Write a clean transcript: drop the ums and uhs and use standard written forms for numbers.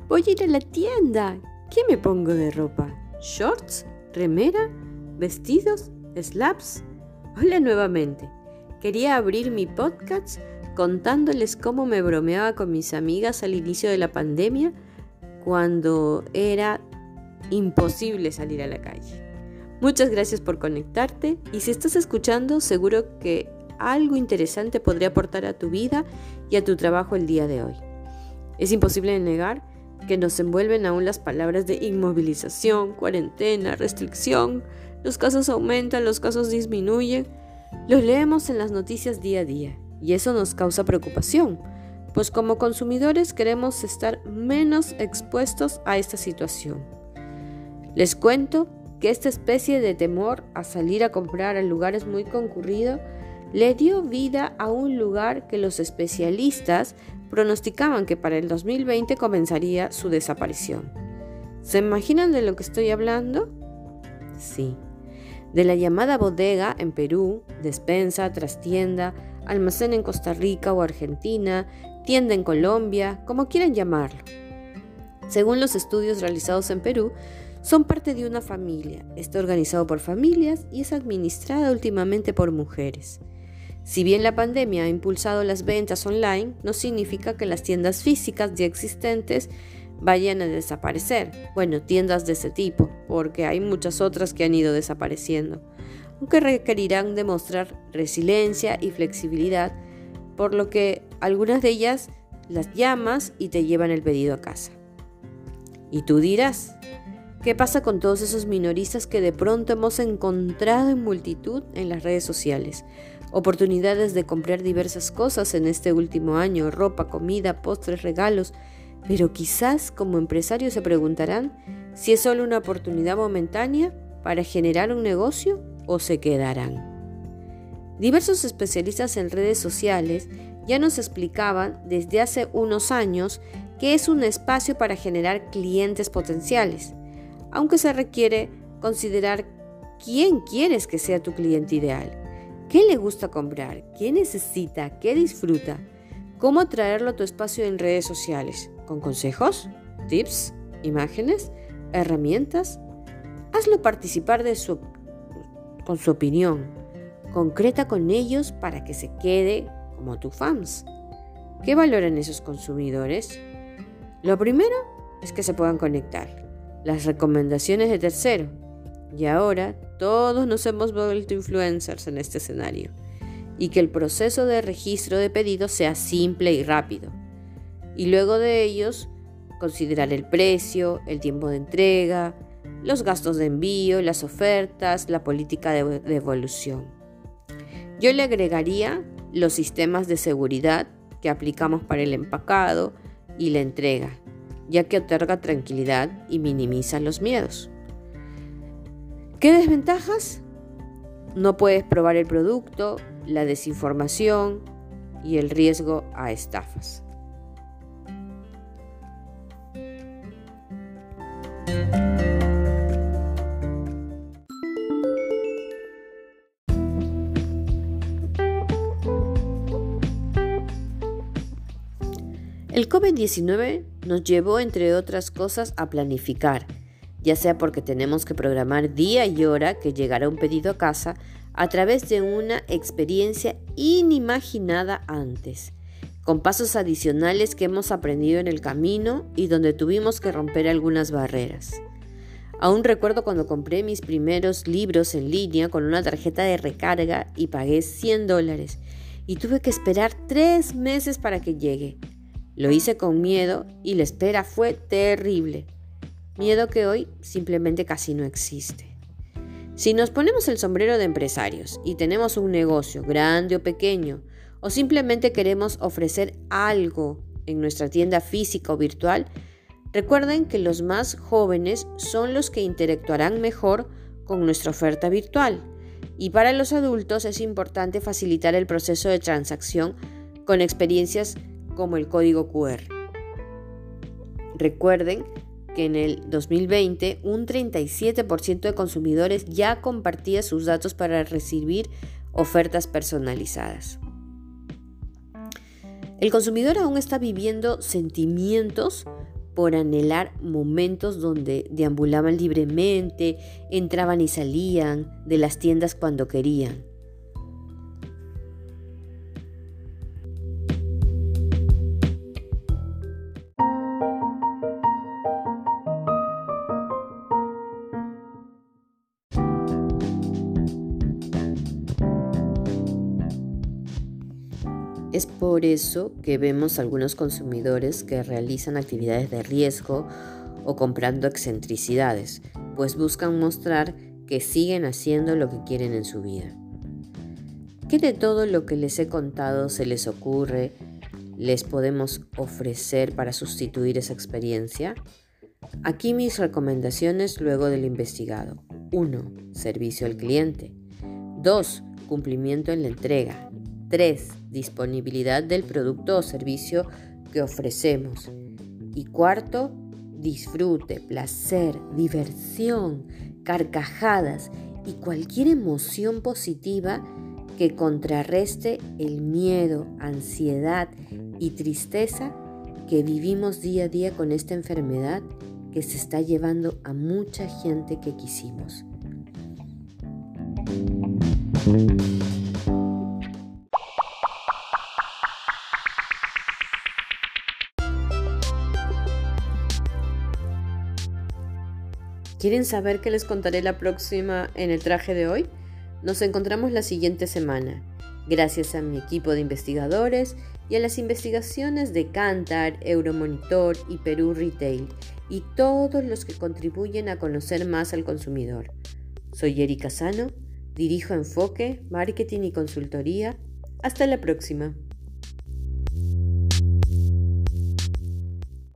Voy a ir a la tienda. ¿Qué me pongo de ropa? ¿Shorts? ¿Remera? ¿Vestidos? ¿Slaps? Hola nuevamente. Quería abrir mi podcast contándoles cómo me bromeaba con mis amigas al inicio de la pandemia cuando era imposible salir a la calle. Muchas gracias por conectarte y si estás escuchando, seguro que algo interesante podría aportar a tu vida y a tu trabajo el día de hoy. Es imposible negar que nos envuelven aún las palabras de inmovilización, cuarentena, restricción. Los casos aumentan, los casos disminuyen. Los leemos en las noticias día a día y eso nos causa preocupación, pues como consumidores queremos estar menos expuestos a esta situación. Les cuento que esta especie de temor a salir a comprar a lugares muy concurridos le dio vida a un lugar que los especialistas pronosticaban que para el 2020 comenzaría su desaparición. ¿Se imaginan de lo que estoy hablando? Sí, de la llamada bodega en Perú, despensa, trastienda, almacén en Costa Rica o Argentina, tienda en Colombia, como quieran llamarlo. Según los estudios realizados en Perú, son parte de una familia, está organizado por familias y es administrada últimamente por mujeres. Si bien la pandemia ha impulsado las ventas online, no significa que las tiendas físicas ya existentes vayan a desaparecer. Bueno, tiendas de ese tipo, porque hay muchas otras que han ido desapareciendo, aunque requerirán demostrar resiliencia y flexibilidad, por lo que algunas de ellas las llamas y te llevan el pedido a casa. Y tú dirás, ¿qué pasa con todos esos minoristas que de pronto hemos encontrado en multitud en las redes sociales? Oportunidades de comprar diversas cosas en este último año, ropa, comida, postres, regalos, pero quizás como empresarios se preguntarán si es solo una oportunidad momentánea para generar un negocio o se quedarán. Diversos especialistas en redes sociales ya nos explicaban desde hace unos años que es un espacio para generar clientes potenciales, aunque se requiere considerar quién quieres que sea tu cliente ideal. ¿Qué le gusta comprar? ¿Qué necesita? ¿Qué disfruta? ¿Cómo atraerlo a tu espacio en redes sociales? ¿Con consejos? ¿Tips? ¿Imágenes? ¿Herramientas? Hazlo participar con su opinión. Concreta con ellos para que se quede como tus fans. ¿Qué valoran esos consumidores? Lo primero es que se puedan conectar. Las recomendaciones de tercero. Y ahora todos nos hemos vuelto influencers en este escenario. Y que el proceso de registro de pedidos sea simple y rápido. Y luego de ellos, considerar el precio, el tiempo de entrega, los gastos de envío, las ofertas, la política de devolución. Yo le agregaría los sistemas de seguridad que aplicamos para el empacado y la entrega, ya que otorga tranquilidad y minimiza los miedos. ¿Qué desventajas? No puedes probar el producto, la desinformación y el riesgo a estafas. El COVID-19 nos llevó, entre otras cosas, a planificar, ya sea porque tenemos que programar día y hora que llegará un pedido a casa a través de una experiencia inimaginada antes, con pasos adicionales que hemos aprendido en el camino y donde tuvimos que romper algunas barreras. Aún recuerdo cuando compré mis primeros libros en línea con una tarjeta de recarga y pagué $100 y tuve que esperar 3 meses para que llegue. Lo hice con miedo y la espera fue terrible. Miedo que hoy simplemente casi no existe. Si nos ponemos el sombrero de empresarios y tenemos un negocio grande o pequeño, o simplemente queremos ofrecer algo en nuestra tienda física o virtual, recuerden que los más jóvenes son los que interactuarán mejor con nuestra oferta virtual. Y para los adultos es importante facilitar el proceso de transacción con experiencias como el código QR. Recuerden que en el 2020 un 37% de consumidores ya compartía sus datos para recibir ofertas personalizadas. El consumidor aún está viviendo sentimientos por anhelar momentos donde deambulaban libremente, entraban y salían de las tiendas cuando querían. Es por eso que vemos algunos consumidores que realizan actividades de riesgo o comprando excentricidades, pues buscan mostrar que siguen haciendo lo que quieren en su vida. ¿Qué de todo lo que les he contado se les ocurre, les podemos ofrecer para sustituir esa experiencia? Aquí mis recomendaciones luego del investigado. 1. Servicio al cliente. 2. Cumplimiento en la entrega. 3. Disponibilidad del producto o servicio que ofrecemos. Y 4. Disfrute, placer, diversión, carcajadas y cualquier emoción positiva que contrarreste el miedo, ansiedad y tristeza que vivimos día a día con esta enfermedad que se está llevando a mucha gente que quisimos. ¿Quieren saber qué les contaré la próxima en el traje de hoy? Nos encontramos la siguiente semana, gracias a mi equipo de investigadores y a las investigaciones de Kantar, Euromonitor y Perú Retail y todos los que contribuyen a conocer más al consumidor. Soy Erika Sano, dirijo Enfoque, Marketing y Consultoría. Hasta la próxima.